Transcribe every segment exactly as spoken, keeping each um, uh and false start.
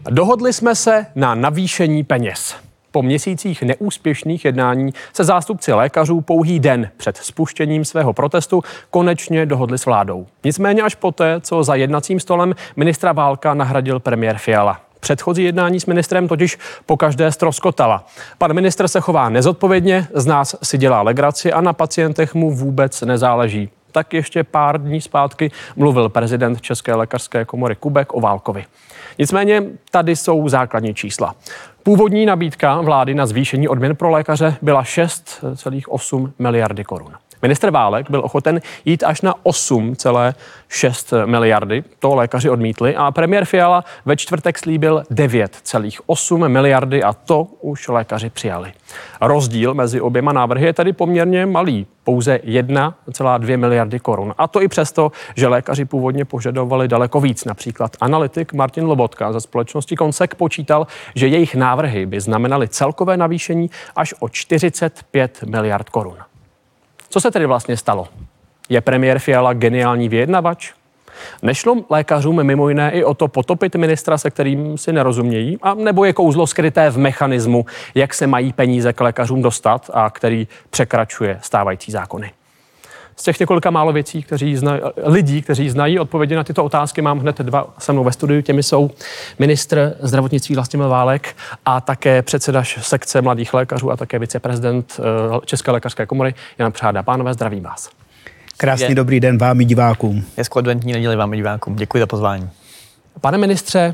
Dohodli jsme se na navýšení peněz. Po měsících neúspěšných jednání se zástupci lékařů pouhý den před spuštěním svého protestu konečně dohodli s vládou. Nicméně až poté, co za jednacím stolem ministra Válka nahradil premiér Fiala. Předchozí jednání s ministrem totiž pokaždé ztroskotala. Pan ministr se chová nezodpovědně, z nás si dělá legraci a na pacientech mu vůbec nezáleží. Tak ještě pár dní zpátky mluvil prezident České lékařské komory Kubek o Válkovi. Nicméně tady jsou základní čísla. Původní nabídka vlády na zvýšení odměn pro lékaře byla šest celá osm miliardy korun. Ministr Válek byl ochoten jít až na osm celá šest miliardy, to lékaři odmítli, a premiér Fiala ve čtvrtek slíbil devět celá osm miliardy a to už lékaři přijali. Rozdíl mezi oběma návrhy je tedy poměrně malý, pouze jedna celá dvě miliardy korun. A to i přesto, že lékaři původně požadovali daleko víc. Například analytik Martin Lobotka ze společnosti Konsek počítal, že jejich návrhy by znamenaly celkové navýšení až o čtyřicet pět miliard korun. Co se tedy vlastně stalo? Je premiér Fiala geniální vyjednavač? Nešlo lékařům mimo jiné i o to potopit ministra, se kterým si nerozumějí? A nebo je kouzlo skryté v mechanismu, jak se mají peníze k lékařům dostat a který překračuje stávající zákony? Z těch několika málo věcí, kteří znají, lidí, kteří znají odpovědi na tyto otázky, mám hned dva se mnou ve studiu. Těmi jsou ministr zdravotnictví Vlastimil Válek a také předseda sekce mladých lékařů a také viceprezident České lékařské komory Jan Přáda. Pánové, zdravím vás. Krásný dobrý den vám i divákům. Hezkou adventní neděli vám i divákům. Děkuji za pozvání. Pane ministře,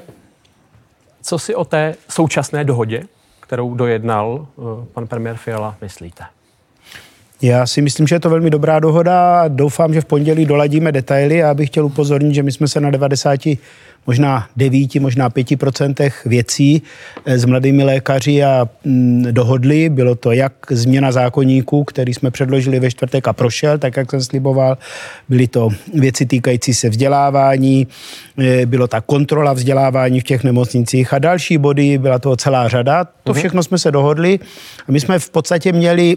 co si o té současné dohodě, kterou dojednal pan premiér Fiala, myslíte? Já si myslím, že je to velmi dobrá dohoda a doufám, že v pondělí doladíme detaily. Já bych chtěl upozornit, že my jsme se na devadesát, možná devět, možná pět procentech věcí s mladými lékaři a mm, dohodli. Bylo to jak změna zákoníku, který jsme předložili ve čtvrtek a prošel, tak jak jsem sliboval. Byly to věci týkající se vzdělávání, bylo ta kontrola vzdělávání v těch nemocnicích a další body, byla toho celá řada. To všechno jsme se dohodli a my jsme v podstatě měli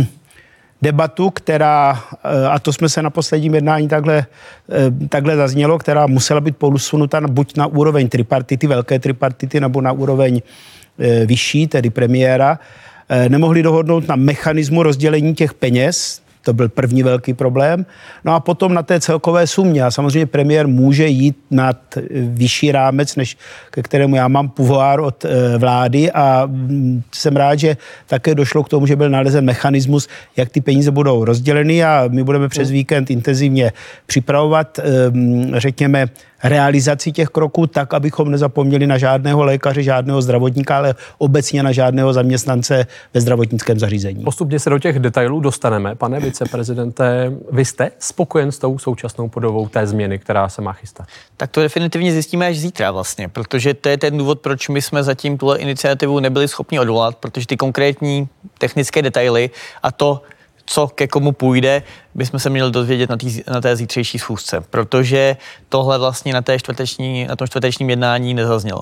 debatu, která, a to jsme se na posledním jednání takhle, takhle zaznělo, která musela být posunuta buď na úroveň tripartity, velké tripartity, nebo na úroveň vyšší, tedy premiéra. Nemohli dohodnout na mechanismu rozdělení těch peněz, to byl první velký problém. No a potom na té celkové sumě. A samozřejmě premiér může jít nad vyšší rámec, než ke kterému já mám pouvoir od vlády a jsem rád, že také došlo k tomu, že byl nalezen mechanismus, jak ty peníze budou rozděleny a my budeme přes víkend intenzivně připravovat, řekněme, realizaci těch kroků tak, abychom nezapomněli na žádného lékaře, žádného zdravotníka, ale obecně na žádného zaměstnance ve zdravotnickém zařízení. Postupně se do těch detailů dostaneme. Pane viceprezidente, vy jste spokojen s tou současnou podobou té změny, která se má chystat? Tak to definitivně zjistíme až zítra vlastně, protože to je ten důvod, proč my jsme zatím tuhle iniciativu nebyli schopni odvolat, protože ty konkrétní technické detaily a to, co ke komu půjde, bychom se měli dozvědět na, tý, na té zítřejší schůzce, protože tohle vlastně na, té čtvrteční, na tom čtvrtečním jednání nezaznělo.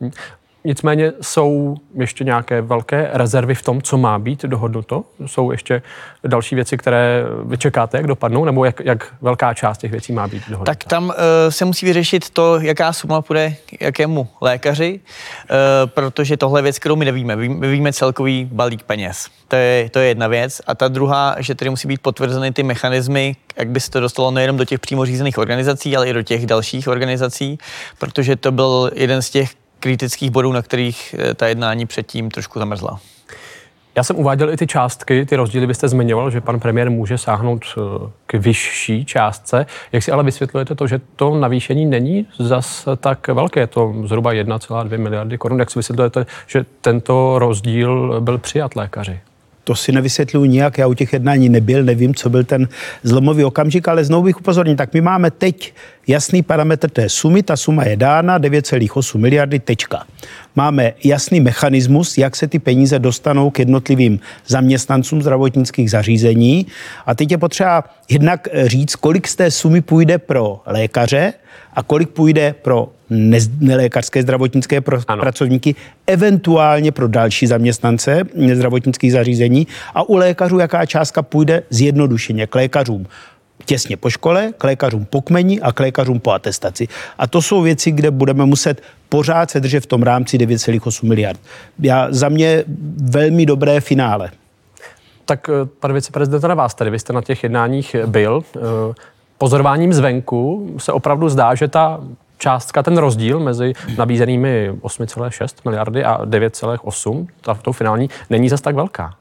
Nicméně jsou ještě nějaké velké rezervy v tom, co má být dohodnuto? Jsou ještě další věci, které vy čekáte, jak dopadnou, nebo jak, jak velká část těch věcí má být dohodnuta? Tak tam uh, se musí vyřešit to, jaká suma půjde jakému lékaři, uh, protože tohle je věc, kterou my nevíme. My víme celkový balík peněz. To je, to je jedna věc. A ta druhá, že tedy musí být potvrzeny ty mechanismy, jak by se to dostalo nejenom do těch přímo řízených organizací, ale i do těch dalších organizací, protože to byl jeden z těch kritických bodů, na kterých ta jednání předtím trošku zamrzla. Já jsem uváděl i ty částky, ty rozdíly byste zmiňoval, že pan premiér může sáhnout k vyšší částce. Jak si ale vysvětlujete to, že to navýšení není zas tak velké, je to zhruba jedna celá dvě miliardy korun. Jak si vysvětlujete, že tento rozdíl byl přijat lékaři? To si nevysvětluji nijak, já u těch jednání nebyl, nevím, co byl ten zlomový okamžik, ale znovu bych upozornil, tak my máme teď jasný parametr té sumy, ta suma je dána, devět celá osm miliardy, tečka. Máme jasný mechanismus, jak se ty peníze dostanou k jednotlivým zaměstnancům zdravotnických zařízení a teď je potřeba jednak říct, kolik z té sumy půjde pro lékaře a kolik půjde pro nelékařské zdravotnické pro pracovníky, eventuálně pro další zaměstnance zdravotnických zařízení a u lékařů jaká částka půjde zjednodušeně k lékařům těsně po škole, k lékařům po kmeni a k lékařům po atestaci. A to jsou věci, kde budeme muset pořád se držet v tom rámci devět celá osm miliard. Já, za mě velmi dobré finále. Tak, pane viceprezidente, na vás tady, vy jste na těch jednáních byl. Pozorováním zvenku se opravdu zdá, že ta částka, ten rozdíl mezi nabízenými osm celá šest miliardy a devět celá osm, ta tou finální, není zas tak velká.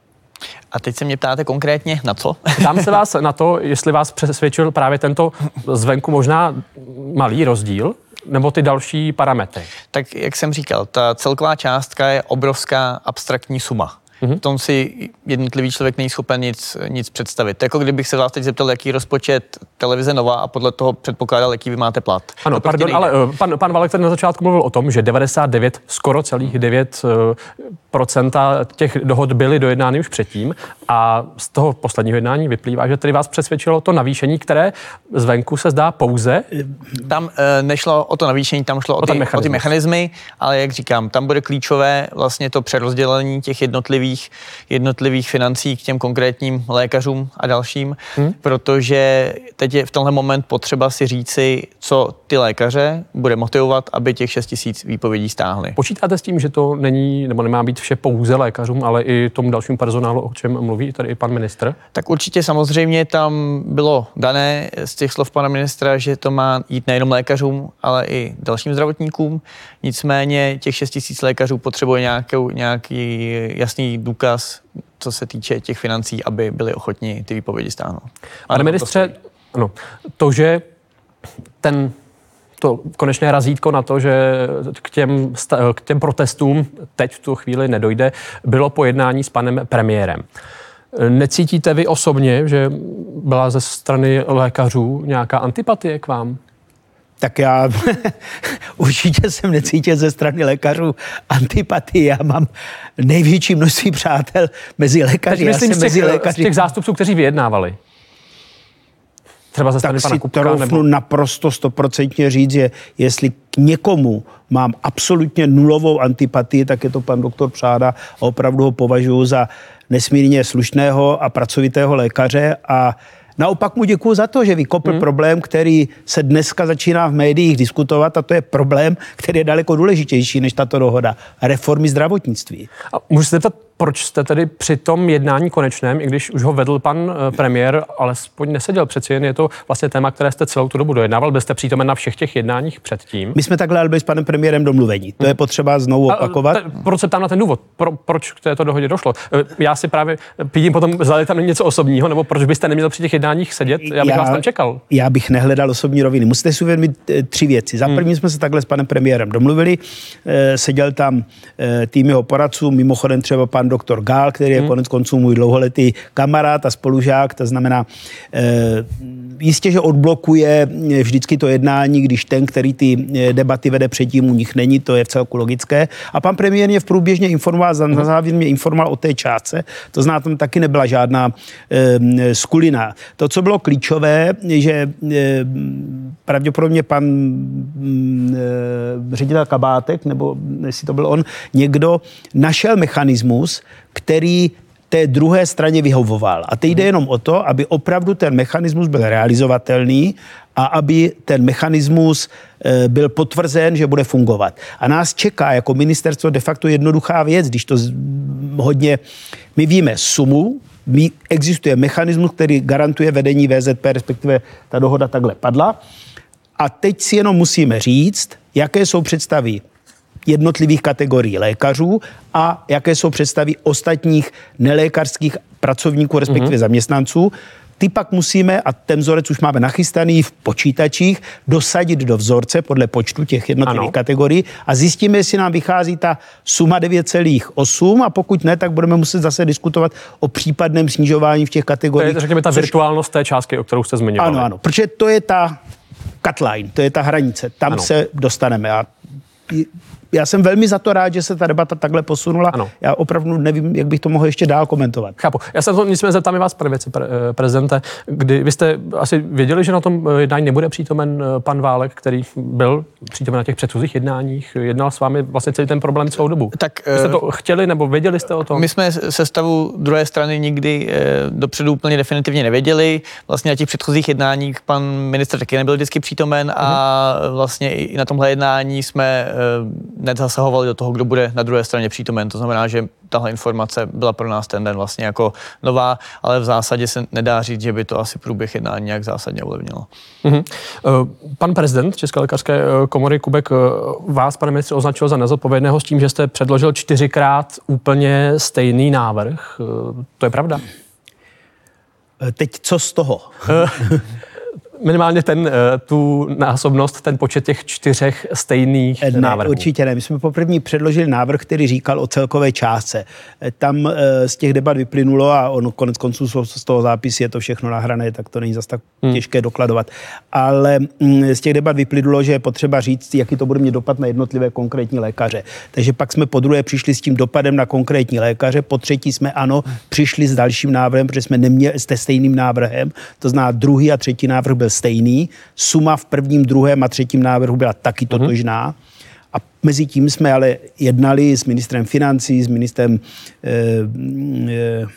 A teď se mě ptáte konkrétně na co? Ptám se vás na to, jestli vás přesvědčil právě tento zvenku možná malý rozdíl, nebo ty další parametry. Tak jak jsem říkal, ta celková částka je obrovská abstraktní suma. V tom si jednotlivý člověk není schopen nic, nic představit. Jako kdybych se vás teď zeptal, jaký rozpočet televize Nova a podle toho předpokládal, jaký vy máte plat. Ano, prostě pardon, ale pan, pan Válek tady na začátku mluvil o tom, že devadesát devět, skoro celých devět procenta těch dohod byly dojednány už předtím a z toho posledního jednání vyplývá, že tedy vás přesvědčilo to navýšení, které zvenku se zdá pouze. Tam e, nešlo o to navýšení, tam šlo o, o, ty, o ty mechanismy, ale jak říkám, tam bude klíčové vlastně to přerozdělení těch jednotlivých jednotlivých financí k těm konkrétním lékařům a dalším, hmm. protože teď je v tenhle moment potřeba si říci, co ty lékaře bude motivovat, aby těch šest tisíc výpovědí stáhli. Počítáte s tím, že to není, nebo nemá být vše pouze lékařům, ale i tomu dalšímu personálu, o čem mluví tady i pan ministr? Tak určitě samozřejmě tam bylo dané z těch slov pana ministra, že to má jít nejenom lékařům, ale i dalším zdravotníkům. Nicméně těch šest tisíc lékařů potřebuje nějakou, nějaký jasný důkaz, co se týče těch financí, aby byli ochotni ty výpovědi stáhnout. Pane ministře, no, to, že ten, to konečné razítko na to, že k těm, k těm protestům teď v tu chvíli nedojde, bylo pojednání s panem premiérem. Necítíte vy osobně, že byla ze strany lékařů nějaká antipatie k vám? Tak já určitě jsem necítil ze strany lékařů antipatii. Já mám největší množství přátel mezi lékaři. Teď myslím já z těch, mezi lékaři. z těch zástupců, kteří vyjednávali. Třeba ze strany tak pana si Kupka, troufnu nebo... naprosto stoprocentně říct, že jestli k někomu mám absolutně nulovou antipatii, tak je to pan doktor Přáda a opravdu ho považuji za nesmírně slušného a pracovitého lékaře a naopak mu děkuju za to, že vykopl hmm. problém, který se dneska začíná v médiích diskutovat a to je problém, který je daleko důležitější než tato dohoda. Reformy zdravotnictví. A můžu se zeptat, proč jste tedy při tom jednání konečném, i když už ho vedl pan premiér, alespoň neseděl, přeci jen je to vlastně téma, které jste celou tu dobu dojednával, byl jste přítomen na všech těch jednáních předtím? My jsme takhle byli s panem premiérem domluvení. To je potřeba znovu opakovat. A, te, proč se ptám na ten důvod? Pro, proč k této dohodě došlo? Já si právě pídím potom, zda tam něco osobního, nebo proč byste neměl při těch jednáních sedět? Já bych já, vás tam čekal. Já bych nehledal osobní roviny. Musíte si uvědomit tři věci. Za první hmm. jsme se takhle s panem premiérem domluvili. Seděl tam tým jeho poradců, mimochodem třeba pan doktor Gál, který je hmm. konec konců můj dlouholetý kamarád a spolužák, to znamená, e, jistě, že odblokuje vždycky to jednání, když ten, který ty debaty vede předtím, u nich není, to je v celku logické. A pan premiér mě v průběžně informoval, hmm. na závěr mě informoval o té částce, to znamená, tam taky nebyla žádná e, skulina. To, co bylo klíčové, že e, pravděpodobně pan e, ředitel Kabátek, nebo jestli to byl on, někdo našel mechanismus, který té druhé straně vyhovoval. A teď jde jenom o to, aby opravdu ten mechanismus byl realizovatelný a aby ten mechanismus e, byl potvrzen, že bude fungovat. A nás čeká jako ministerstvo de facto jednoduchá věc, když to z, hodně, my víme sumu, my, existuje mechanismus, který garantuje vedení V Z P, respektive ta dohoda takhle padla. A teď si jenom musíme říct, jaké jsou představy jednotlivých kategorií lékařů a jaké jsou představy ostatních nelékařských pracovníků, respektive mm-hmm. zaměstnanců. Ty pak musíme, a ten vzorec už máme nachystaný v počítačích, dosadit do vzorce podle počtu těch jednotlivých ano. kategorií a zjistíme, jestli nám vychází ta suma devět celá osm a pokud ne, tak budeme muset zase diskutovat o případném snižování v těch kategoriích. To je, řekněme, ta což... virtuálnost té částky, o kterou jste zmiňovali. Ano, ano, protože to je ta cutline, to je ta hranice, tam ano. se dostaneme a já jsem velmi za to rád, že se ta debata takhle posunula. Ano. Já opravdu nevím, jak bych to mohl ještě dál komentovat. Chápu. Já se to nicméně zeptám i vás, pane viceprezidente, kdy vy jste asi věděli, že na tom jednání nebude přítomen pan Válek, který byl přítomen na těch předchozích jednáních, jednal s vámi vlastně celý ten problém celou dobu. Tak vy jste to chtěli nebo věděli jste o tom? My jsme se stavu druhé strany nikdy dopředu úplně definitivně nevěděli. Vlastně na těch předchozích jednáních pan ministr taky nebyl vždycky přítomen a vlastně i na tomhle jednání jsme nezasahovali do toho, kdo bude na druhé straně přítomen. To znamená, že tahle informace byla pro nás ten den vlastně jako nová, ale v zásadě se nedá říct, že by to asi průběh jednání nějak zásadně ovlivnilo. Mm-hmm. Pan prezident České lékařské komory Kubek vás, pane ministře, označil za nezodpovědného s tím, že jste předložil čtyřikrát úplně stejný návrh. To je pravda? Teď co z toho? Minimálně ten, tu násobnost, ten počet těch čtyřech stejných ne, návrhů. Určitě ne. My jsme poprvé předložili návrh, který říkal o celkové částce. Tam z těch debat vyplynulo a on konec konců z toho zápisu je to všechno nahrané, tak to není zas tak hmm. těžké dokladovat. Ale z těch debat vyplynulo, že je potřeba říct, jaký to bude mít dopad na jednotlivé konkrétní lékaře. Takže pak jsme po druhé přišli s tím dopadem na konkrétní lékaře, po třetí jsme ano, přišli s dalším návrhem, protože jsme neměli s stejným návrhem, to znamená druhý a třetí návrh byl stejný. Suma v prvním, druhém a třetím návrhu byla taky totožná. A mezi tím jsme ale jednali s ministrem financí, s ministrem eh, eh,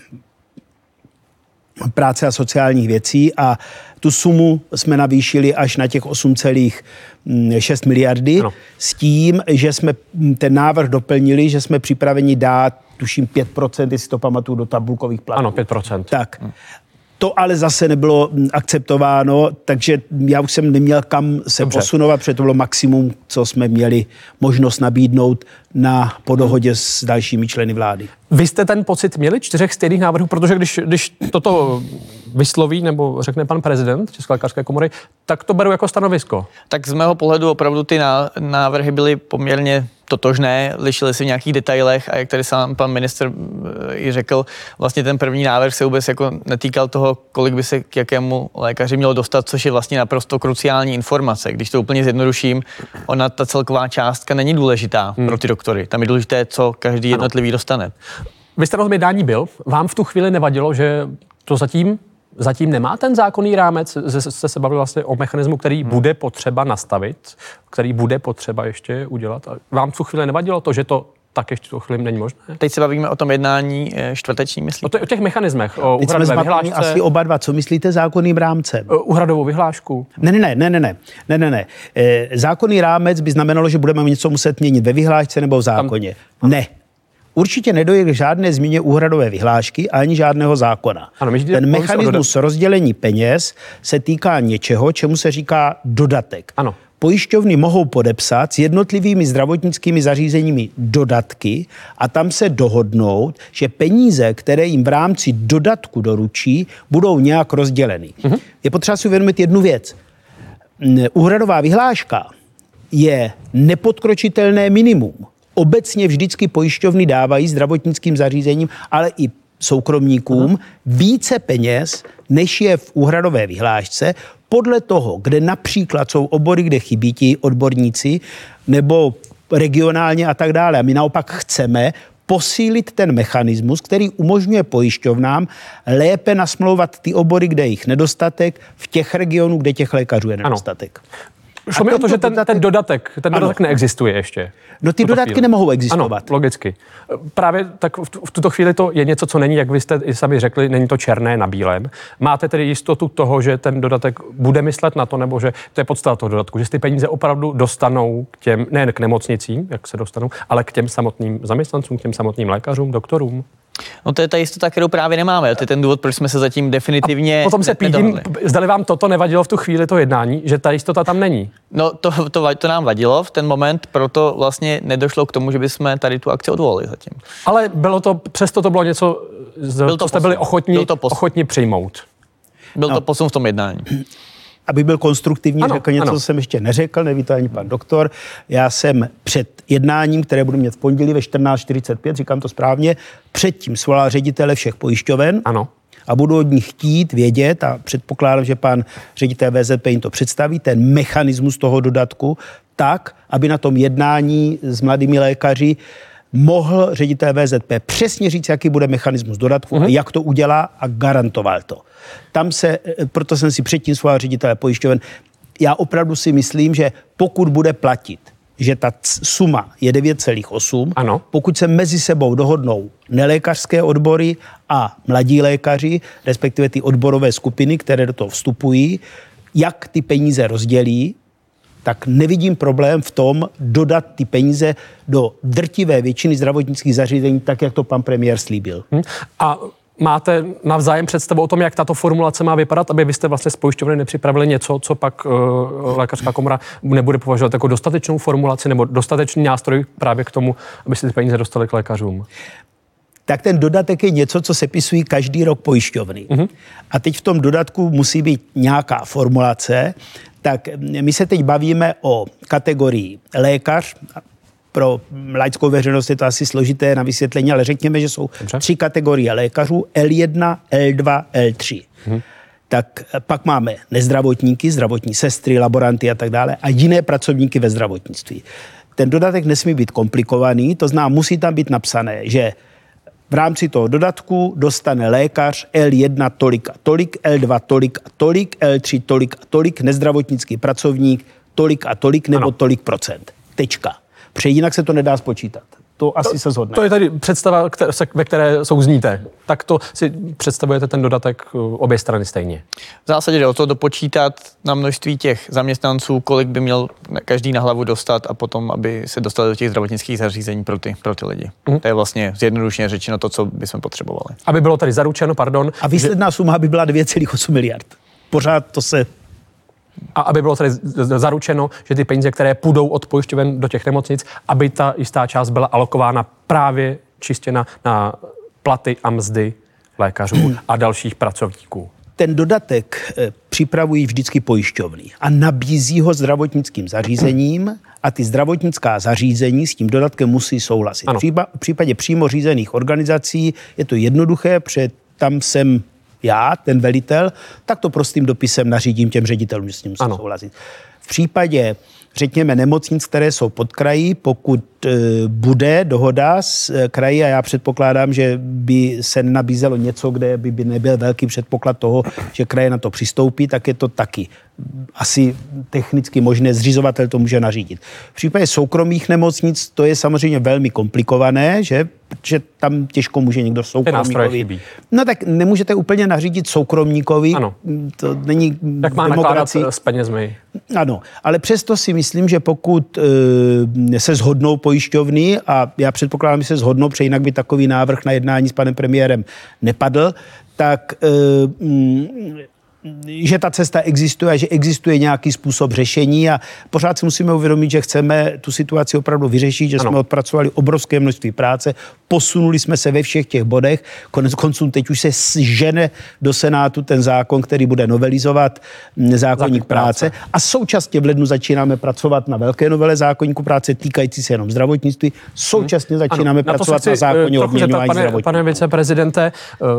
práce a sociálních věcí a tu sumu jsme navýšili až na těch osm celá šest miliardy ano. S tím, že jsme ten návrh doplnili, že jsme připraveni dát, tuším, pět procent, jestli to pamatuju, do tabulkových platů. Ano, pět procent. Tak. Hmm. To ale zase nebylo akceptováno, takže já už jsem neměl kam se Dobře. posunovat, protože to bylo maximum, co jsme měli možnost nabídnout na podohodě s dalšími členy vlády. Vy jste ten pocit měli čtyřech stejných návrhů, protože když, když toto vysloví nebo řekne pan prezident České lékařské komory, tak to beru jako stanovisko. Tak z mého pohledu opravdu ty návrhy byly poměrně totožné, lišily se v nějakých detailech a jak tady sám pan ministr i řekl, vlastně ten první návrh se vůbec jako netýkal toho, kolik by se k jakému lékaři mělo dostat, což je vlastně naprosto kruciální informace. Když to úplně zjednoduším, ona ta celková částka není důležitá hmm. pro ty doktory. Tam je důležité, co každý jednotlivý dostane. Vy jste na tom jednání byl, vám v tu chvíli nevadilo, že to zatím Zatím nemá ten zákonný rámec, jste se bavili vlastně o mechanismu, který hmm. bude potřeba nastavit, který bude potřeba ještě udělat. A vám v tu chvíli nevadilo to, že to tak ještě tu chvíli není možné? Teď se bavíme o tom jednání čtvrteční, myslím. O, to, o těch mechanismech, o úhradové vyhlášce. Asi oba dva. Co myslíte zákonným rámcem? Úhradovou vyhlášku. Ne, ne, ne, ne, ne, ne, ne, ne. E, zákonný rámec by znamenalo, že budeme něco muset měnit ve vyhlášce nebo v zákoně. Tam... Ne. Určitě nedojde k žádné změně úhradové vyhlášky ani žádného zákona. Ano, ten mechanismus rozdělení peněz se týká něčeho, čemu se říká dodatek. Ano. Pojišťovny mohou podepsat s jednotlivými zdravotnickými zařízeními dodatky a tam se dohodnout, že peníze, které jim v rámci dodatku doručí, budou nějak rozděleny. Mhm. Je potřeba si uvědomit jednu věc. Úhradová vyhláška je nepodkročitelné minimum. Obecně vždycky pojišťovny dávají zdravotnickým zařízením, ale i soukromníkům uh-huh. více peněz, než je v úhradové vyhlášce, podle toho, kde například jsou obory, kde chybí ti odborníci, nebo regionálně a tak dále. A my naopak chceme posílit ten mechanismus, který umožňuje pojišťovnám lépe nasmlouvat ty obory, kde je jich nedostatek, v těch regionů, kde těch lékařů je nedostatek. Ano. Šlo mi o to, že ten, ten dodatek, ten ano. dodatek neexistuje ještě. No ty dodatky chvíli. nemohou existovat. Ano, logicky. Právě tak v tuto chvíli to je něco, co není, jak vy jste i sami řekli, není to černé na bílém. Máte tedy jistotu toho, že ten dodatek bude myslet na to, nebo že to je podstata toho dodatku, že ty peníze opravdu dostanou k těm, nejen k nemocnicím, jak se dostanou, ale k těm samotným zaměstnancům, k těm samotným lékařům, doktorům? No to je ta jistota, kterou právě nemáme. To je ten důvod, proč jsme se zatím definitivně... A potom se pídím, zdali vám toto nevadilo v tu chvíli, to jednání, že ta jistota tam není? No to, to, to nám vadilo v ten moment, proto vlastně nedošlo k tomu, že bychom tady tu akci odvolali zatím. Ale bylo to, přesto to bylo něco, Byl to co jste byli ochotní, ochotní přijmout. Byl no. to posun v tom jednání. Aby byl konstruktivní, ano, řekl něco, ano. co jsem ještě neřekl, neví to ani pan doktor. Já jsem před jednáním, které budu mít v pondělí ve čtrnáct čtyřicet pět, říkám to správně, předtím svolal ředitele všech pojišťoven ano. a budu od nich chtít vědět, a předpokládám, že pan ředitel V Z P jim to představí, ten mechanismus toho dodatku, tak, aby na tom jednání s mladými lékaři mohl ředitel V Z P přesně říct, jaký bude mechanismus dodatku mm-hmm. a jak to udělá, a garantoval to. Tam se, proto jsem si předtím svolal ředitele pojišťoven, já opravdu si myslím, že pokud bude platit, že ta suma je devět celá osm, ano. pokud se mezi sebou dohodnou nelékařské odbory a mladí lékaři, respektive ty odborové skupiny, které do toho vstupují, jak ty peníze rozdělí, tak nevidím problém v tom dodat ty peníze do drtivé většiny zdravotnických zařízení, tak jak to pan premiér slíbil. Hmm. A máte navzájem představu o tom, jak tato formulace má vypadat, aby vy jste vlastně z pojišťovny nepřipravili něco, co pak uh, lékařská komora nebude považovat jako dostatečnou formulaci nebo dostatečný nástroj právě k tomu, aby se ty peníze dostaly k lékařům? Tak ten dodatek je něco, co sepisují každý rok pojišťovny. Uh-huh. A teď v tom dodatku musí být nějaká formulace. Tak my se teď bavíme o kategorii lékař. Pro laickou veřejnost je to asi složité na vysvětlení, ale řekněme, že jsou Dobře. tři kategorie lékařů, L jedna, L dva, L tři. Uh-huh. Tak pak máme nezdravotníky, zdravotní sestry, laboranty a tak dále a jiné pracovníky ve zdravotnictví. Ten dodatek nesmí být komplikovaný, to znamená, musí tam být napsané, že v rámci toho dodatku dostane lékař L jedna tolik a tolik, L dva tolik a tolik, L tři tolik a tolik, nezdravotnický pracovník tolik a tolik nebo ano. tolik procent. Tečka. Protože jinak se to nedá spočítat. To asi to, se shodne. To je tady představa, které, ve které souzníte. Tak to si představujete ten dodatek obě strany stejně. V zásadě jde o to dopočítat na množství těch zaměstnanců, kolik by měl každý na hlavu dostat a potom, aby se dostali do těch zdravotnických zařízení pro ty, pro ty lidi. Mm. To je vlastně zjednodušeně řečeno to, co bychom potřebovali. Aby bylo tady zaručeno, pardon. A výsledná že... suma by byla devět celá osm miliard. Pořád to se... A aby bylo tady zaručeno, že ty peníze, které půjdou od pojišťoven do těch nemocnic, aby ta jistá část byla alokována právě čistě na, na platy a mzdy lékařů a dalších pracovníků. Ten dodatek připravují vždycky pojišťovny a nabízí ho zdravotnickým zařízením a ty zdravotnická zařízení s tím dodatkem musí souhlasit. Ano. V případě přímo řízených organizací je to jednoduché, protože tam jsem já, ten velitel, tak to prostým dopisem nařídím těm ředitelům, že s tím musí ano. souhlasit. V případě, řekněme, nemocnic, které jsou pod kraji, pokud e, bude dohoda s e, kraji, a já předpokládám, že by se nabízelo něco, kde by, by nebyl velký předpoklad toho, že kraje na to přistoupí, tak je to taky asi technicky možné, zřizovatel to může nařídit. V případě soukromých nemocnic to je samozřejmě velmi komplikované, že, že tam těžko může někdo soukromníkovi. No tak nemůžete úplně nařídit soukromníkovi. Ano. To není tak má nakládat s penězmi. Ano, ale přesto si myslím, že pokud e, se shodnou pojišťovny, a já předpokládám, že se shodnou, protože jinak by takový návrh na jednání s panem premiérem nepadl, tak e, m, že ta cesta existuje a že existuje nějaký způsob řešení a pořád si musíme uvědomit, že chceme tu situaci opravdu vyřešit, že ano. jsme odpracovali obrovské množství práce, posunuli jsme se ve všech těch bodech, konec konců teď už se žene do Senátu ten zákon, který bude novelizovat zákoník práce. práce a současně v lednu začínáme pracovat na velké novele zákoníku práce týkající se jenom zdravotnictví, současně hmm. začínáme ano, pracovat na, na zákoně o odměňování zdravotníků. Pane viceprezidente,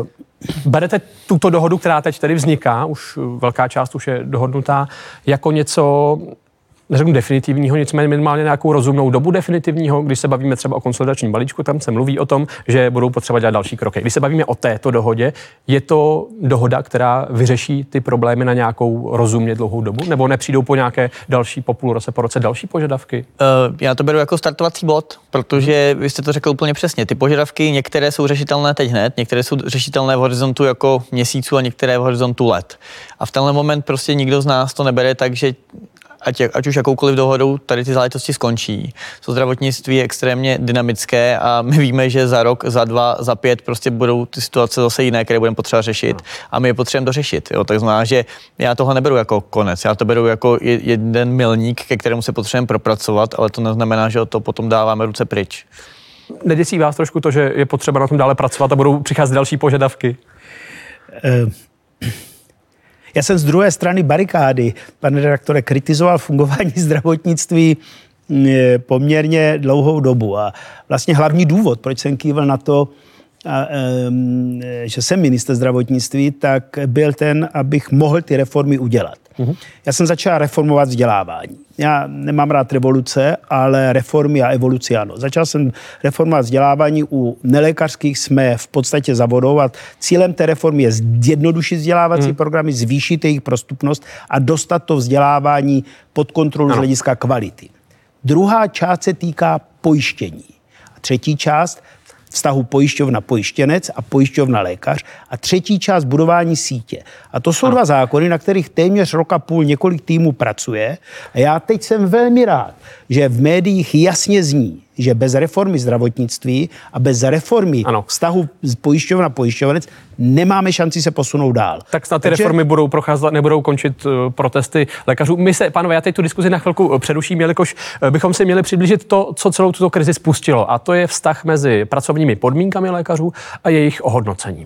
berete tuto dohodu, která teď tady vzniká, už velká část už je dohodnutá, jako něco, neřeknu definitivního, nicméně minimálně nějakou rozumnou dobu definitivního, když se bavíme třeba o konsolidačním balíčku, tam se mluví o tom, že budou potřeba dělat další kroky. Když se bavíme o této dohodě, je to dohoda, která vyřeší ty problémy na nějakou rozumně dlouhou dobu, nebo nepřijdou po nějaké další, po půl roce, po roce další požadavky? Uh, já to beru jako startovací bod, protože vy jste to řekl úplně přesně. Ty požadavky, některé jsou řešitelné teď hned, některé jsou řešitelné v horizontu jako měsíců a některé v horizontu let. A v tenhle moment prostě nikdo z nás to nebere tak, že Ať, ať už jakoukoliv dohodou tady ty záležitosti skončí. To zdravotnictví je extrémně dynamické a my víme, že za rok, za dva, za pět prostě budou ty situace zase jiné, které budeme potřeba řešit a my je potřebujeme dořešit. Jo? Tak znamená, že já tohle neberu jako konec, já to beru jako jeden milník, ke kterému se potřebujeme propracovat, ale to neznamená, že to potom dáváme ruce pryč. Neděsí vás trošku to, že je potřeba na tom dále pracovat a budou přicházet další požadavky? Uh. Já jsem z druhé strany barikády, pane redaktore, kritizoval fungování zdravotnictví poměrně dlouhou dobu a vlastně hlavní důvod, proč jsem kývil na to, a, um, že jsem ministr zdravotnictví, tak byl ten, abych mohl ty reformy udělat. Uhum. Já jsem začal reformovat vzdělávání. Já nemám rád revoluce, ale reformy a evoluci ano. Začal jsem reformovat vzdělávání, u nelékařských jsme v podstatě za vodou a cílem té reformy je zjednodušit vzdělávací hmm. programy, zvýšit jejich prostupnost a dostat to vzdělávání pod kontrolu ano. z hlediska kvality. Druhá část se týká pojištění. A třetí část vztahu pojišťovna-pojištěnec a pojišťovna-lékař a třetí část budování sítě. A to jsou ano. dva zákony, na kterých téměř rok a půl několik týmů pracuje. A já teď jsem velmi rád, že v médiích jasně zní, že bez reformy zdravotnictví a bez reformy ano. vztahu pojišťovna-pojišťovnec nemáme šanci se posunout dál. Tak snad ty Takže... reformy budou procházet, nebudou končit uh, protesty lékařů. My se, pánové, já teď tu diskuzi na chvilku přeruším, jelikož uh, bychom si měli přiblížit to, co celou tuto krizi spustilo. A to je vztah mezi pracovními podmínkami lékařů a jejich ohodnocením.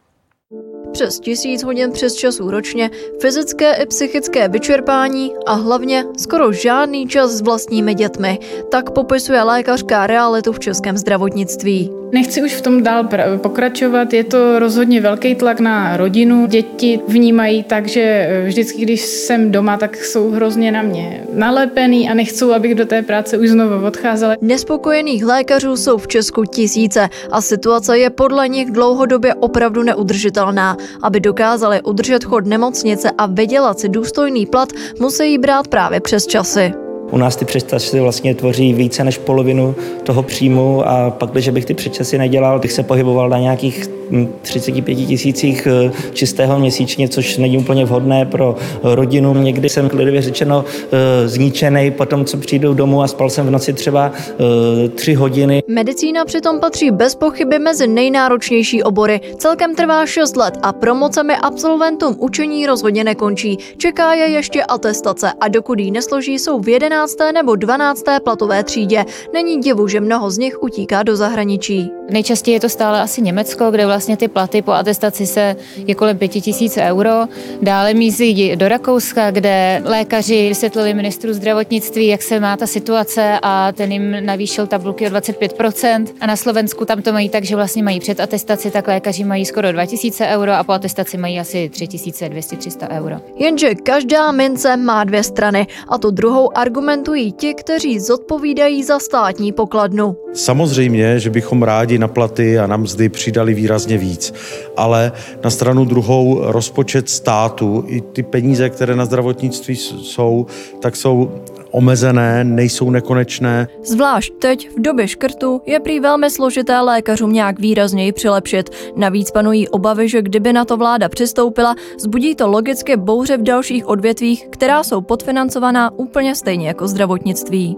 Přes tisíc hodin přes časů ročně, fyzické i psychické vyčerpání a hlavně skoro žádný čas s vlastními dětmi. Tak popisuje lékařka realitu v českém zdravotnictví. Nechci už v tom dál pokračovat, je to rozhodně velký tlak na rodinu. Děti vnímají tak, že vždycky, když jsem doma, tak jsou hrozně na mě nalepený a nechcou, abych do té práce už znovu odcházela. Nespokojených lékařů jsou v Česku tisíce a situace je podle nich dlouhodobě opravdu neudržitelná. Aby dokázali udržet chod nemocnice a vydělat si důstojný plat, musí brát právě přes časy. U nás ty přesčasy vlastně tvoří více než polovinu toho příjmu a pak, když bych ty přesčasy nedělal, bych se pohyboval na nějakých třicet pět tisících čistého měsíčně, což není úplně vhodné pro rodinu. Někdy jsem klidově řečeno zničený po tom, co přijdu domů a spal jsem v noci třeba tři hodiny. Medicína přitom patří bez pochyby mezi nejnáročnější obory. Celkem trvá šest let a promocemi absolventům učení rozhodně nekončí. Čeká je ještě atestace a dokud jí nesloží, jsou v jedenácté nebo dvanácté platové třídě. Není divu, že mnoho z nich utíká do zahraničí. Nejčastěji je to stále asi Německo, kde vlastně ty platy po atestaci se je kolem pěti tisíc euro. Dále míří do Rakouska, kde lékaři vysvětlili ministru zdravotnictví, jak se má ta situace a ten jim navýšil tabulky o dvacet pět procent. A na Slovensku tam to mají tak, že vlastně mají před atestaci, tak lékaři mají skoro dva tisíce euro a po atestaci mají asi tři tisíce dvě stě až tři sta euro. Jenže každá mince má dvě strany a tu druhou argumentují ti, kteří zodpovídají za státní pokladnu. Samozřejmě, že bychom rádi na platy a na mzdy přidali výrazně víc, ale na stranu druhou rozpočet státu i ty peníze, které na zdravotnictví jsou, tak jsou omezené, nejsou nekonečné. Zvlášť teď, v době škrtu, je prý velmi složité lékařům nějak výrazněji přilepšit. Navíc panují obavy, že kdyby na to vláda přistoupila, vzbudí to logicky bouře v dalších odvětvích, která jsou podfinancovaná úplně stejně jako zdravotnictví.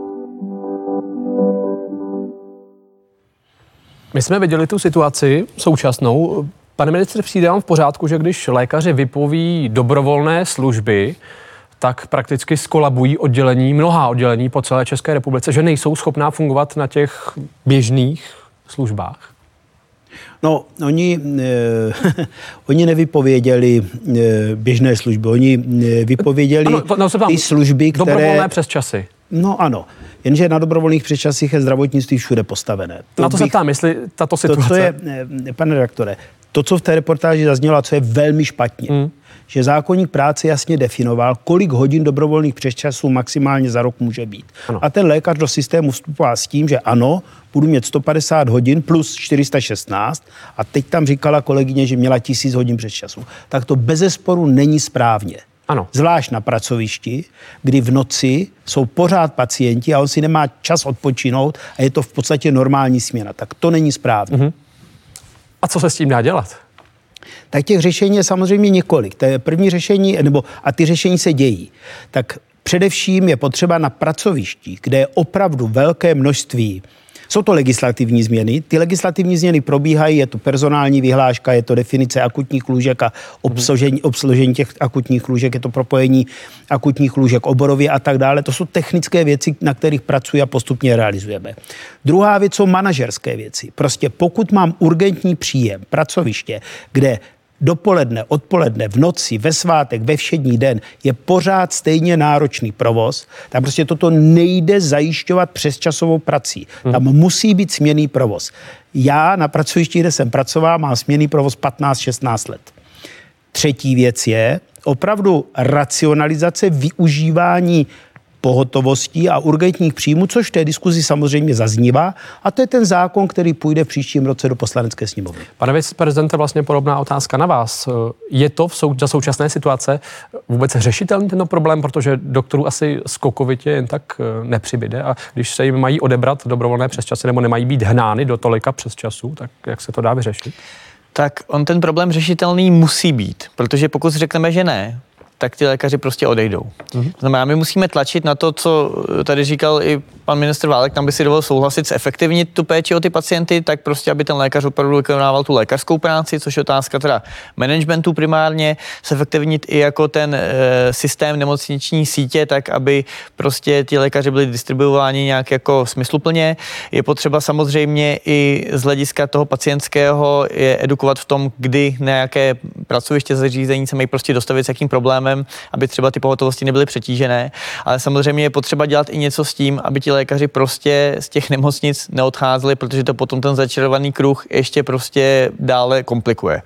My jsme viděli tu situaci současnou. Pane ministře, přijde vám v pořádku, že když lékaři vypoví dobrovolné služby, tak prakticky skolabují oddělení, mnohá oddělení po celé České republice, že nejsou schopná fungovat na těch běžných službách? No, oni, eh, oni nevypověděli eh, běžné služby, oni eh, vypověděli ano, no, ty služby, které... Dobrovolné přesčasy. No ano, jenže na dobrovolných přesčasích je zdravotnictví všude postavené. To na to bych, se ptám, jestli tato situace... To, co je, pane redaktore, to, co v té reportáži zaznělo a co je velmi špatně, hmm. že zákoník práce jasně definoval, kolik hodin dobrovolných přesčasů maximálně za rok může být. Ano. A ten lékař do systému vstupoval s tím, že ano, budu mít sto padesát hodin plus čtyři sta šestnáct a teď tam říkala kolegyně, že měla tisíc hodin přesčasů. Tak to bezesporu není správně. Ano. Zvlášť na pracovišti, kdy v noci jsou pořád pacienti a on si nemá čas odpočinout a je to v podstatě normální směna. Tak to není správně. Mhm. A co se s tím dá dělat? Tak těch řešení je samozřejmě několik. To je první řešení, nebo a ty řešení se dějí. Tak především je potřeba na pracovišti, kde je opravdu velké množství. Jsou to legislativní změny. Ty legislativní změny probíhají, je to personální vyhláška, je to definice akutních lůžek a obslužení, obslužení těch akutních lůžek, je to propojení akutních lůžek oborově a tak dále. To jsou technické věci, na kterých pracuji a postupně realizujeme. Druhá věc jsou manažerské věci. Prostě pokud mám urgentní příjem, pracoviště, kde dopoledne, odpoledne, v noci, ve svátek, ve všední den je pořád stejně náročný provoz, tak prostě toto nejde zajišťovat přesčasovou prací. Tam hmm. musí být směnný provoz. Já na pracovišti, kde jsem pracoval, mám směnný provoz patnáct šestnáct let. Třetí věc je opravdu racionalizace využívání pohotovostí a urgentních příjmů, což v té diskuzi samozřejmě zaznívá. A to je ten zákon, který půjde v příštím roce do Poslanecké sněmovny. Pane viceprezidente, vlastně podobná otázka na vás. Je to v sou, za současné situace vůbec řešitelný tento problém, protože doktorů asi skokovitě jen tak nepřibyde a když se jim mají odebrat dobrovolné přesčasy nebo nemají být hnány do tolika přesčasů, tak jak se to dá vyřešit? Tak on ten problém řešitelný musí být, protože pokud řekneme, že ne, tak ty lékaři prostě odejdou. Mm-hmm. To znamená, my musíme tlačit na to, co tady říkal i pan ministr Válek, tam by si dovolil souhlasit, zefektivnit tu péči o ty pacienty, tak prostě, aby ten lékař opravdu vykonával tu lékařskou práci, což je otázka teda managementu primárně, zefektivnit i jako ten e, systém nemocniční sítě, tak aby prostě ti lékaři byli distribuováni nějak jako smysluplně. Je potřeba samozřejmě i z hlediska toho pacientského je edukovat v tom, kdy na jaké pracoviště zařízení se mají prostě dostavit s jakým problémem, aby třeba ty pohotovosti nebyly přetížené, ale samozřejmě je potřeba dělat i něco s tím, aby ti lékaři prostě z těch nemocnic neodcházeli, protože to potom ten začarovaný kruh ještě prostě dále komplikuje.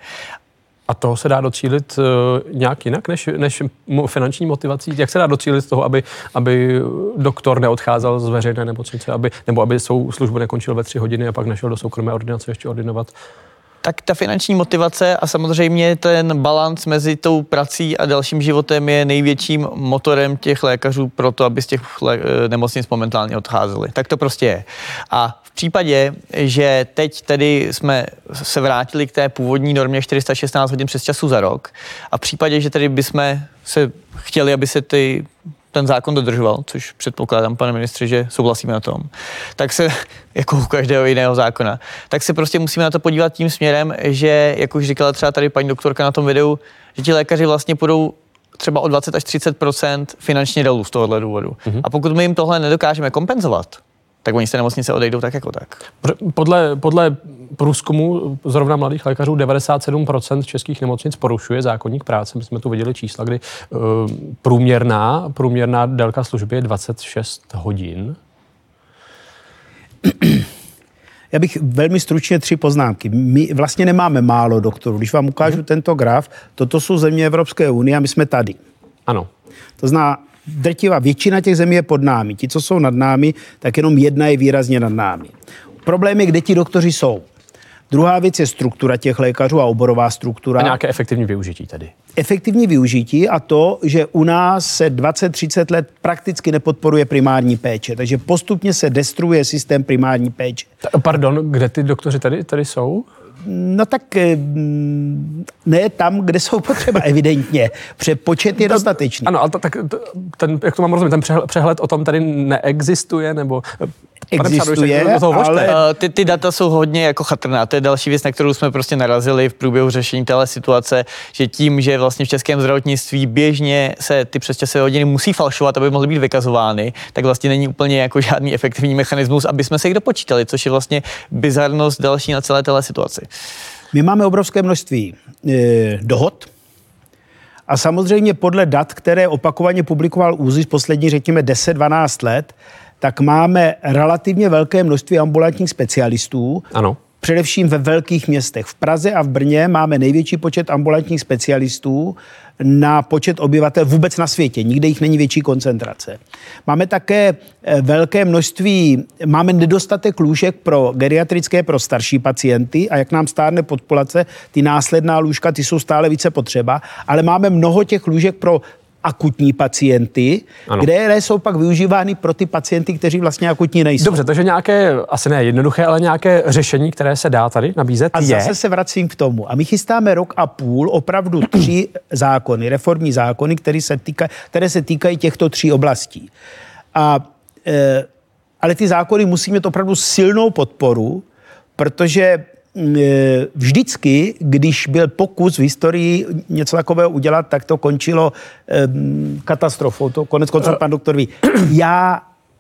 A toho se dá docílit uh, nějak jinak než, než finanční motivací? Jak se dá docílit toho, aby, aby doktor neodcházel z veřejné nemocnice, aby, nebo aby svou službu nekončil ve tři hodiny a pak nešel do soukromé ordinace ještě ordinovat? Tak ta finanční motivace a samozřejmě ten balanc mezi tou prací a dalším životem je největším motorem těch lékařů pro to, aby z těch nemocnic momentálně odcházeli. Tak to prostě je. A v případě, že teď tedy jsme se vrátili k té původní normě čtyři sta šestnáct hodin přes času za rok a v případě, že tedy bychom se chtěli, aby se ty ten zákon dodržoval, což předpokládám, pane ministře, že souhlasíme na tom, tak se, jako u každého jiného zákona, tak se prostě musíme na to podívat tím směrem, že, jak už říkala třeba tady paní doktorka na tom videu, že ti lékaři vlastně půjdou třeba o dvacet až třicet procent finančně dolů z tohohle důvodu. Mm-hmm. A pokud my jim tohle nedokážeme kompenzovat, tak oni z té nemocnice odejdou tak jako tak. Podle, podle průzkumu zrovna mladých lékařů devadesát sedm procent českých nemocnic porušuje zákoník práce. My jsme tu viděli čísla, kdy uh, průměrná, průměrná délka služby je dvacet šest hodin. Já bych velmi stručně tři poznámky. My vlastně nemáme málo doktorů. Když vám ukážu hmm. tento graf, toto jsou země Evropské unie a my jsme tady. Ano. To znamená, drtivá většina těch zemí je pod námi. Ti, co jsou nad námi, tak jenom jedna je výrazně nad námi. Problém je, kde ti doktoři jsou. Druhá věc je struktura těch lékařů a oborová struktura. A nějaké efektivní využití tedy. Efektivní využití a to, že u nás se dvacet třicet let prakticky nepodporuje primární péče, takže postupně se destruuje systém primární péče. Pardon, kde ty doktoři tady, tady jsou? No tak ne tam, kde jsou potřeba, evidentně. Protože počet je dostatečný. Ano, ale to, tak, ten, jak to mám rozumět, ten přehled o tom tady neexistuje, nebo... Existuje, Přádu, ale... Ty, ty data jsou hodně jako chatrná. To je další věc, na kterou jsme prostě narazili v průběhu řešení téhle situace, že tím, že vlastně v českém zdravotnictví běžně se ty přesčasové hodiny musí falšovat, aby mohly být vykazovány, tak vlastně není úplně jako žádný efektivní mechanismus, aby jsme se jich dopočítali, což je vlastně bizarnost další na celé téhle situaci. My máme obrovské množství e, dohod a samozřejmě podle dat, které opakovaně publikoval ÚZIS poslední, řekněme, deset dvanáct let, tak máme relativně velké množství ambulantních specialistů. Ano. Především ve velkých městech. V Praze a v Brně máme největší počet ambulantních specialistů na počet obyvatel vůbec na světě. Nikde jich není větší koncentrace. Máme také velké množství, máme nedostatek lůžek pro geriatrické, pro starší pacienty a jak nám stárne populace, ty následná lůžka, ty jsou stále více potřeba, ale máme mnoho těch lůžek pro akutní pacienty, ano. Které jsou pak využívány pro ty pacienty, kteří vlastně akutní nejsou. Dobře, takže nějaké, asi ne jednoduché, ale nějaké řešení, které se dá tady nabízet, a je... A zase se vracím k tomu. A my chystáme rok a půl opravdu tři zákony, reformní zákony, které se, týka, které se týkají těchto tří oblastí. A, e, ale ty zákony musí mít opravdu silnou podporu, protože vždycky, když byl pokus v historii něco takového udělat, tak to končilo um, katastrofou. To konec konců pan doktor ví. Já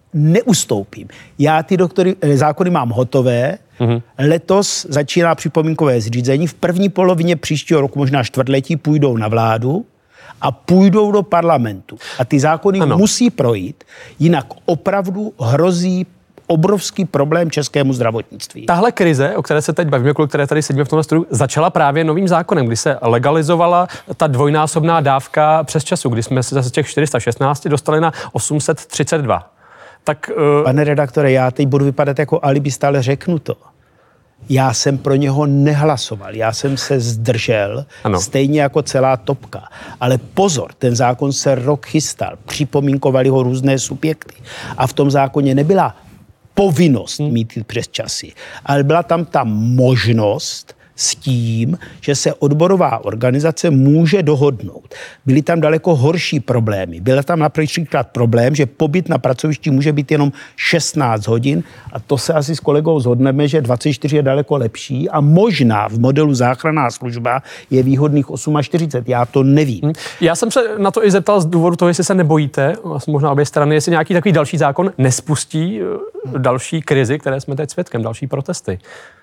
neustoupím. Já ty doktory, zákony mám hotové, mm-hmm. letos začíná připomínkové řízení, v první polovině příštího roku, možná čtvrtletí, půjdou na vládu a půjdou do parlamentu. A ty zákony ano. musí projít, jinak opravdu hrozí obrovský problém českému zdravotnictví. Tahle krize, o které se teď bavíme, kvůli které tady sedíme v tomhle studiu, začala právě novým zákonem, kdy se legalizovala ta dvojnásobná dávka přes času, kdy jsme se z těch čtyři sta šestnáct dostali na osm set třicet dva. Tak, uh... Pane redaktore, já teď budu vypadat jako alibista, ale řeknu to. Já jsem pro něho nehlasoval, já jsem se zdržel, ano. stejně jako celá topka. Ale pozor, ten zákon se rok chystal, připomínkovali ho různé subjekty a v tom zákoně nebyla povinnost hmm. mít přes časy, ale byla tam ta možnost s tím, že se odborová organizace může dohodnout. Byly tam daleko horší problémy. Byl tam například problém, že pobyt na pracovišti může být jenom šestnáct hodin a to se asi s kolegou shodneme, že dvacet čtyři je daleko lepší a možná v modelu záchranná služba je výhodných čtyřicet osm. Já to nevím. Já jsem se na to i zeptal z důvodu toho, jestli se nebojíte, možná obě strany, jestli nějaký takový další zákon nespustí další krizi, které jsme teď svědkem, další protesty.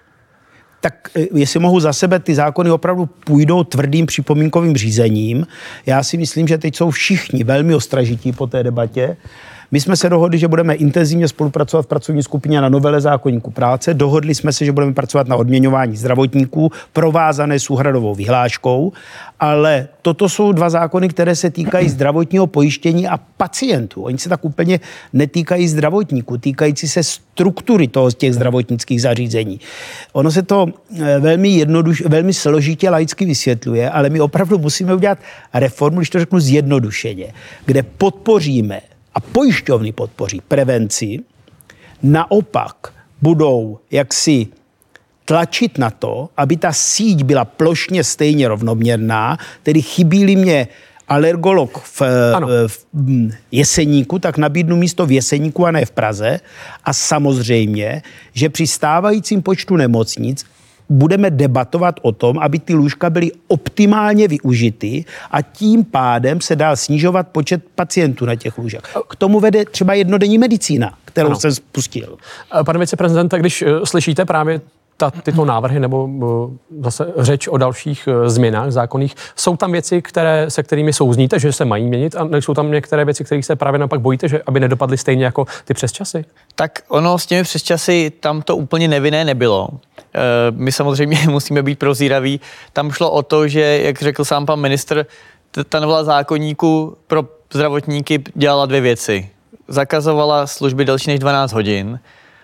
Tak jestli mohu za sebe, ty zákony opravdu půjdou tvrdým připomínkovým řízením. Já si myslím, že teď jsou všichni velmi ostražití po té debatě. My jsme se dohodli, že budeme intenzivně spolupracovat v pracovní skupině na novele zákoníku práce. Dohodli jsme se, že budeme pracovat na odměňování zdravotníků, provázané s úhradovou vyhláškou, ale toto jsou dva zákony, které se týkají zdravotního pojištění a pacientů. Oni se tak úplně netýkají zdravotníků, týkající se struktury toho z těch zdravotnických zařízení. Ono se to velmi jednoduše, velmi složitě laicky vysvětluje, ale my opravdu musíme udělat reformu, když to řeknu zjednodušeně, kde podpoříme a pojišťovny podpoří prevenci, naopak budou jaksi tlačit na to, aby ta síť byla plošně stejně rovnoměrná, tedy chybí-li mě alergolog v, v Jeseníku, tak nabídnu místo v Jeseníku a ne v Praze. A samozřejmě, že při stávajícím počtu nemocnic budeme debatovat o tom, aby ty lůžka byly optimálně využity a tím pádem se dá snižovat počet pacientů na těch lůžkách. K tomu vede třeba jednodenní medicína, kterou ano. jsem spustil. Pane viceprezidente, když slyšíte právě ta, tyto návrhy nebo zase řeč o dalších změnách zákonných, jsou tam věci, které, se kterými souzníte, že se mají měnit, a jsou tam některé věci, kterých se právě naopak bojíte, že aby nedopadly stejně jako ty přesčasy? Tak ono s těmi přesčasy tam to úplně nevinné nebylo. My samozřejmě musíme být prozíraví. Tam šlo o to, že, jak řekl sám pan ministr, ta novela zákoníku pro zdravotníky dělala dvě věci. Zakazovala služby delší než dvanáct hodin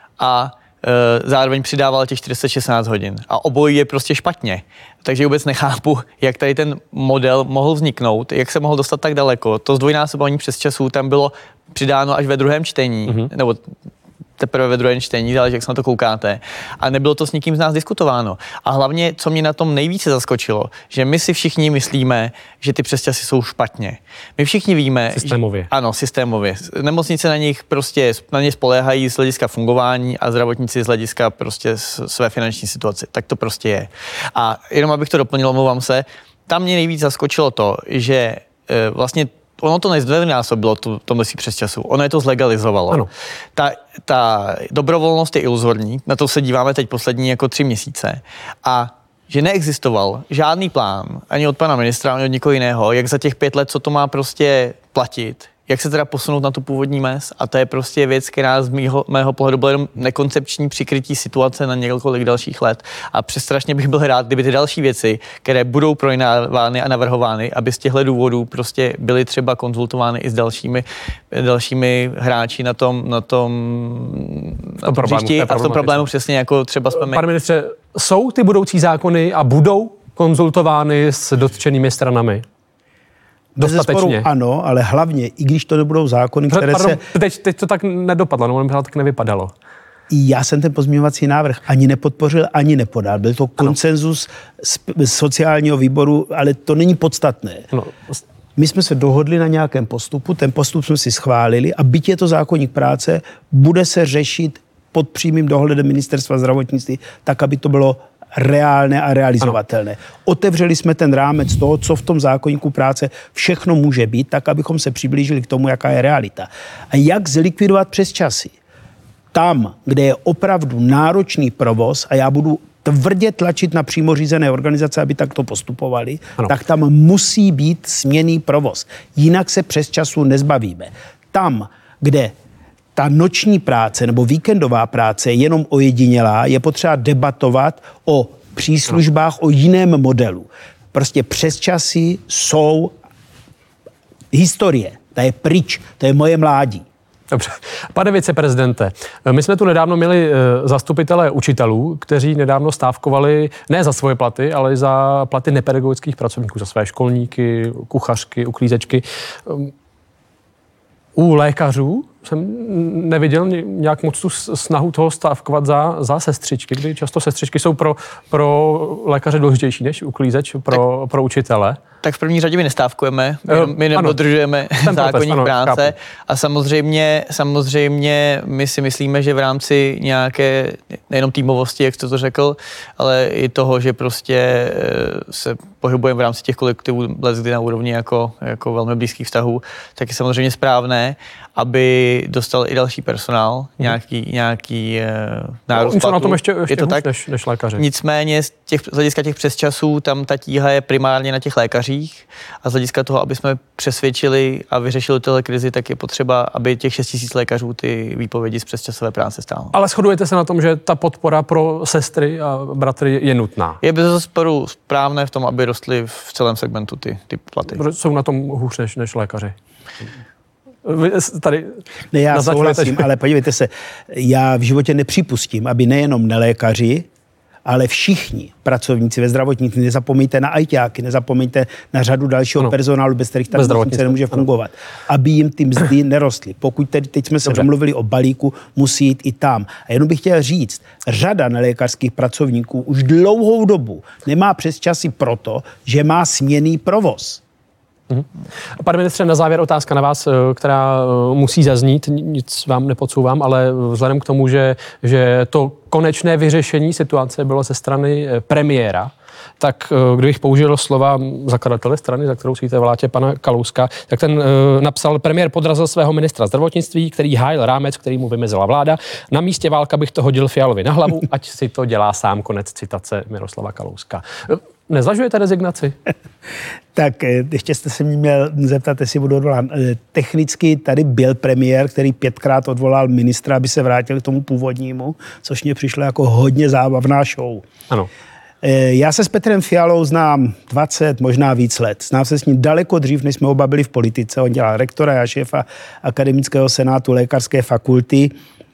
a e, zároveň přidávala těch čtyři sta šestnáct hodin. A obojí je prostě špatně. Takže vůbec nechápu, jak tady ten model mohl vzniknout, jak se mohl dostat tak daleko. To zdvojnásobování přesčasů tam bylo přidáno až ve druhém čtení, mm-hmm. nebo teprve ve druhém čtení, záleží, jak se na to koukáte. A nebylo to s nikým z nás diskutováno. A hlavně, co mě na tom nejvíce zaskočilo, že my si všichni myslíme, že ty přesčasy jsou špatně. My všichni víme... Systémově. Že, ano, systémově. Nemocnice na nich prostě, na ně spoléhají z hlediska fungování a zdravotníci z hlediska prostě své finanční situace. Tak to prostě je. A jenom abych to doplnil, omlouvám se, tam mě nejvíc zaskočilo to, že e, vlastně ono to nezdvojnásobilo to, to množství přesčasů, ono je to zlegalizovalo. Ano. Ta, ta dobrovolnost je iluzorní, na to se díváme teď poslední jako tři měsíce a že neexistoval žádný plán, ani od pana ministra, ani od nikoho jiného, jak za těch pět let, co to má prostě platit, jak se teda posunout na tu původní mez, a to je prostě věc, která z mýho, mého pohledu byla jenom nekoncepční přikrytí situace na několik dalších let. A přestrašně bych byl rád, kdyby ty další věci, které budou projednávány a navrhovány, aby z těchto důvodů prostě byly třeba konzultovány i s dalšími, dalšími hráči na tom, na tom, na tom příští a v tom problému přesně jako třeba jsme my. Pane ministře, jsou ty budoucí zákony a budou konzultovány s dotčenými stranami? Dostatečně. Ano, ale hlavně, i když to nebudou zákony, které Pardon, se... Teď, teď to tak nedopadlo, no, to tak nevypadalo. Já jsem ten pozměňovací návrh ani nepodpořil, ani nepodal. Byl to konsenzus sociálního výboru, ale to není podstatné. No. My jsme se dohodli na nějakém postupu, ten postup jsme si schválili a byť je to zákoník práce, bude se řešit pod přímým dohledem ministerstva zdravotnictví, tak, aby to bylo reálné a realizovatelné. Ano. Otevřeli jsme ten rámec toho, co v tom zákoníku práce všechno může být, tak, abychom se přiblížili k tomu, jaká je realita. A jak zlikvidovat přesčasy? Tam, kde je opravdu náročný provoz, a já budu tvrdě tlačit na přímo řízené organizace, aby takto postupovali, ano. tak tam musí být směnný provoz. Jinak se přesčasů nezbavíme. Tam, kde ta noční práce nebo víkendová práce je jenom ojedinělá, je potřeba debatovat o příslužbách, o jiném modelu. Prostě přesčasy jsou historie. To je pryč, to je moje mládí. Dobře. Pane viceprezidente, my jsme tu nedávno měli zastupitele učitelů, kteří nedávno stávkovali ne za svoje platy, ale za platy nepedagogických pracovníků, za své školníky, kuchařky, uklízečky. U lékařů jsem neviděl nějak moc tu snahu toho stávkovat za, za sestřičky, kdy často sestřičky jsou pro, pro lékaře důležitější než uklízeč pro, pro učitele. Tak v první řadě my nestávkujeme, my, my nedodržujeme zákoník práce chápu. A samozřejmě, samozřejmě my si myslíme, že v rámci nějaké, nejenom týmovosti, jak jste to řekl, ale i toho, že prostě se pohybujeme v rámci těch kolektivů kdy na úrovni jako, jako velmi blízkých vztahů, tak je samozřejmě správné, aby dostal i další personál, hmm. nějaký, nějaký uh, nárůst no, platu. Na tom ještě, ještě je to tak? Než, než lékaři. Nicméně z, těch, z hlediska těch přesčasů tam ta tíha je primárně na těch lékařích a z hlediska toho, aby jsme přesvědčili a vyřešili tuhle krizi, tak je potřeba, aby těch šest tisíc lékařů ty výpovědi z přesčasové práce stálo. Ale shodujete se na tom, že ta podpora pro sestry a bratry je nutná? Je bez sporu správné v tom, aby rostly v celém segmentu ty, ty platy. Jsou na tom hůř než, než lékaři. Vy tady ne, já souhlasím, ale podívejte se, já v životě nepřipustím, aby nejenom nelékaři, ale všichni pracovníci ve zdravotnictví, nezapomeňte na ajťáky, nezapomeňte na řadu dalšího no. personálu, bez kterých ta zdravotnictví nemůže fungovat, aby jim ty mzdy nerostly. Pokud tedy teď jsme se Dobře. domluvili o balíku, musí jít i tam. A jenom bych chtěl říct, řada nelékařských pracovníků už dlouhou dobu nemá přesčasy proto, že má směnný provoz. Mhm. Pane ministře, na závěr otázka na vás, která musí zaznít, nic vám nepodsouvám, ale vzhledem k tomu, že, že to konečné vyřešení situace bylo ze strany premiéra, tak kdybych použil slova zakladatele strany, za kterou síte vládě, pana Kalouska, tak ten uh, napsal, premiér podrazil svého ministra zdravotnictví, který hájil rámec, který mu vymezila vláda. Na místě válka bych to hodil Fialovi na hlavu, ať si to dělá sám, konec citace Miroslava Kalouska. Nezvažujete rezignaci? Tak ještě jste se mě měl zeptat, jestli budu odvolán. Technicky tady byl premiér, který pětkrát odvolal ministra, aby se vrátil k tomu původnímu, což mě přišlo jako hodně zábavná show. Ano. Já se s Petrem Fialou znám dvacet, možná víc let. Znám se s ním daleko dřív, než jsme oba byli v politice. On dělal rektora, já šéfa akademického senátu lékařské fakulty.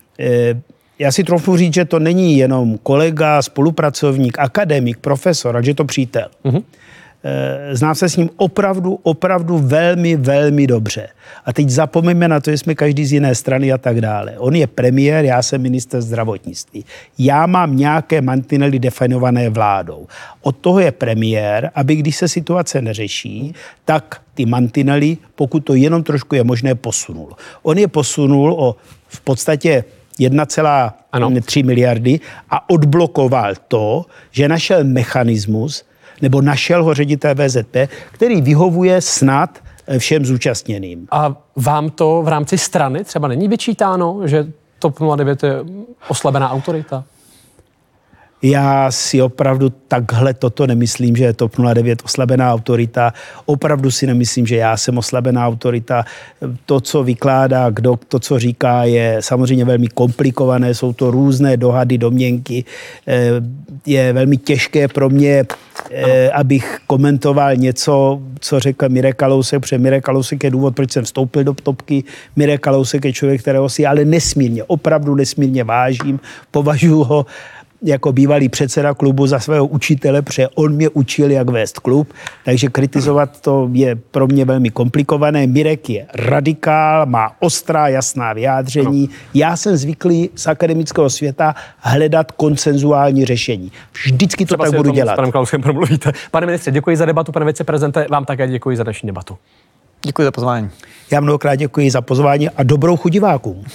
Já si trochu říct, že to není jenom kolega, spolupracovník, akademik, profesor, ale že to přítel. Mm-hmm. Znám se s ním opravdu, opravdu velmi, velmi dobře. A teď zapomeňme na to, že jsme každý z jiné strany a tak dále. On je premiér, já jsem ministr zdravotnictví. Já mám nějaké mantinely definované vládou. Od toho je premiér, aby když se situace neřeší, tak ty mantinely, pokud to jenom trošku je možné, posunul. On je posunul o v podstatě jedna celá tři miliardy a odblokoval to, že našel mechanismus, nebo našel ho ředitel V Z P, který vyhovuje snad všem zúčastněným. A vám to v rámci strany třeba není vyčítáno, že T O P nula devět je oslabená autorita? Já si opravdu takhle toto nemyslím, že je T O P nula devět oslabená autorita. Opravdu si nemyslím, že já jsem oslabená autorita. To, co vykládá, kdo to, co říká, je samozřejmě velmi komplikované. Jsou to různé dohady, domněnky. Je velmi těžké pro mě, abych komentoval něco, co řekl Mirek Kalousek, protože Mirek Kalousek je důvod, proč jsem vstoupil do topky. Mirek Kalousek je člověk, kterého si ale nesmírně, opravdu nesmírně vážím. Považuji ho jako bývalý předseda klubu za svého učitele, protože on mě učil, jak vést klub, takže kritizovat to je pro mě velmi komplikované. Mirek je radikál, má ostrá, jasná vyjádření. Ano. Já jsem zvyklý z akademického světa hledat konsenzuální řešení. Vždycky to Třeba tak budu dělat. S panem Kalouskem promluvíte. Pane ministře, děkuji za debatu, pane viceprezidente, vám také děkuji za dnešní debatu. Děkuji za pozvání. Já mnohokrát děkuji za pozvání a dobrou chuť divákům.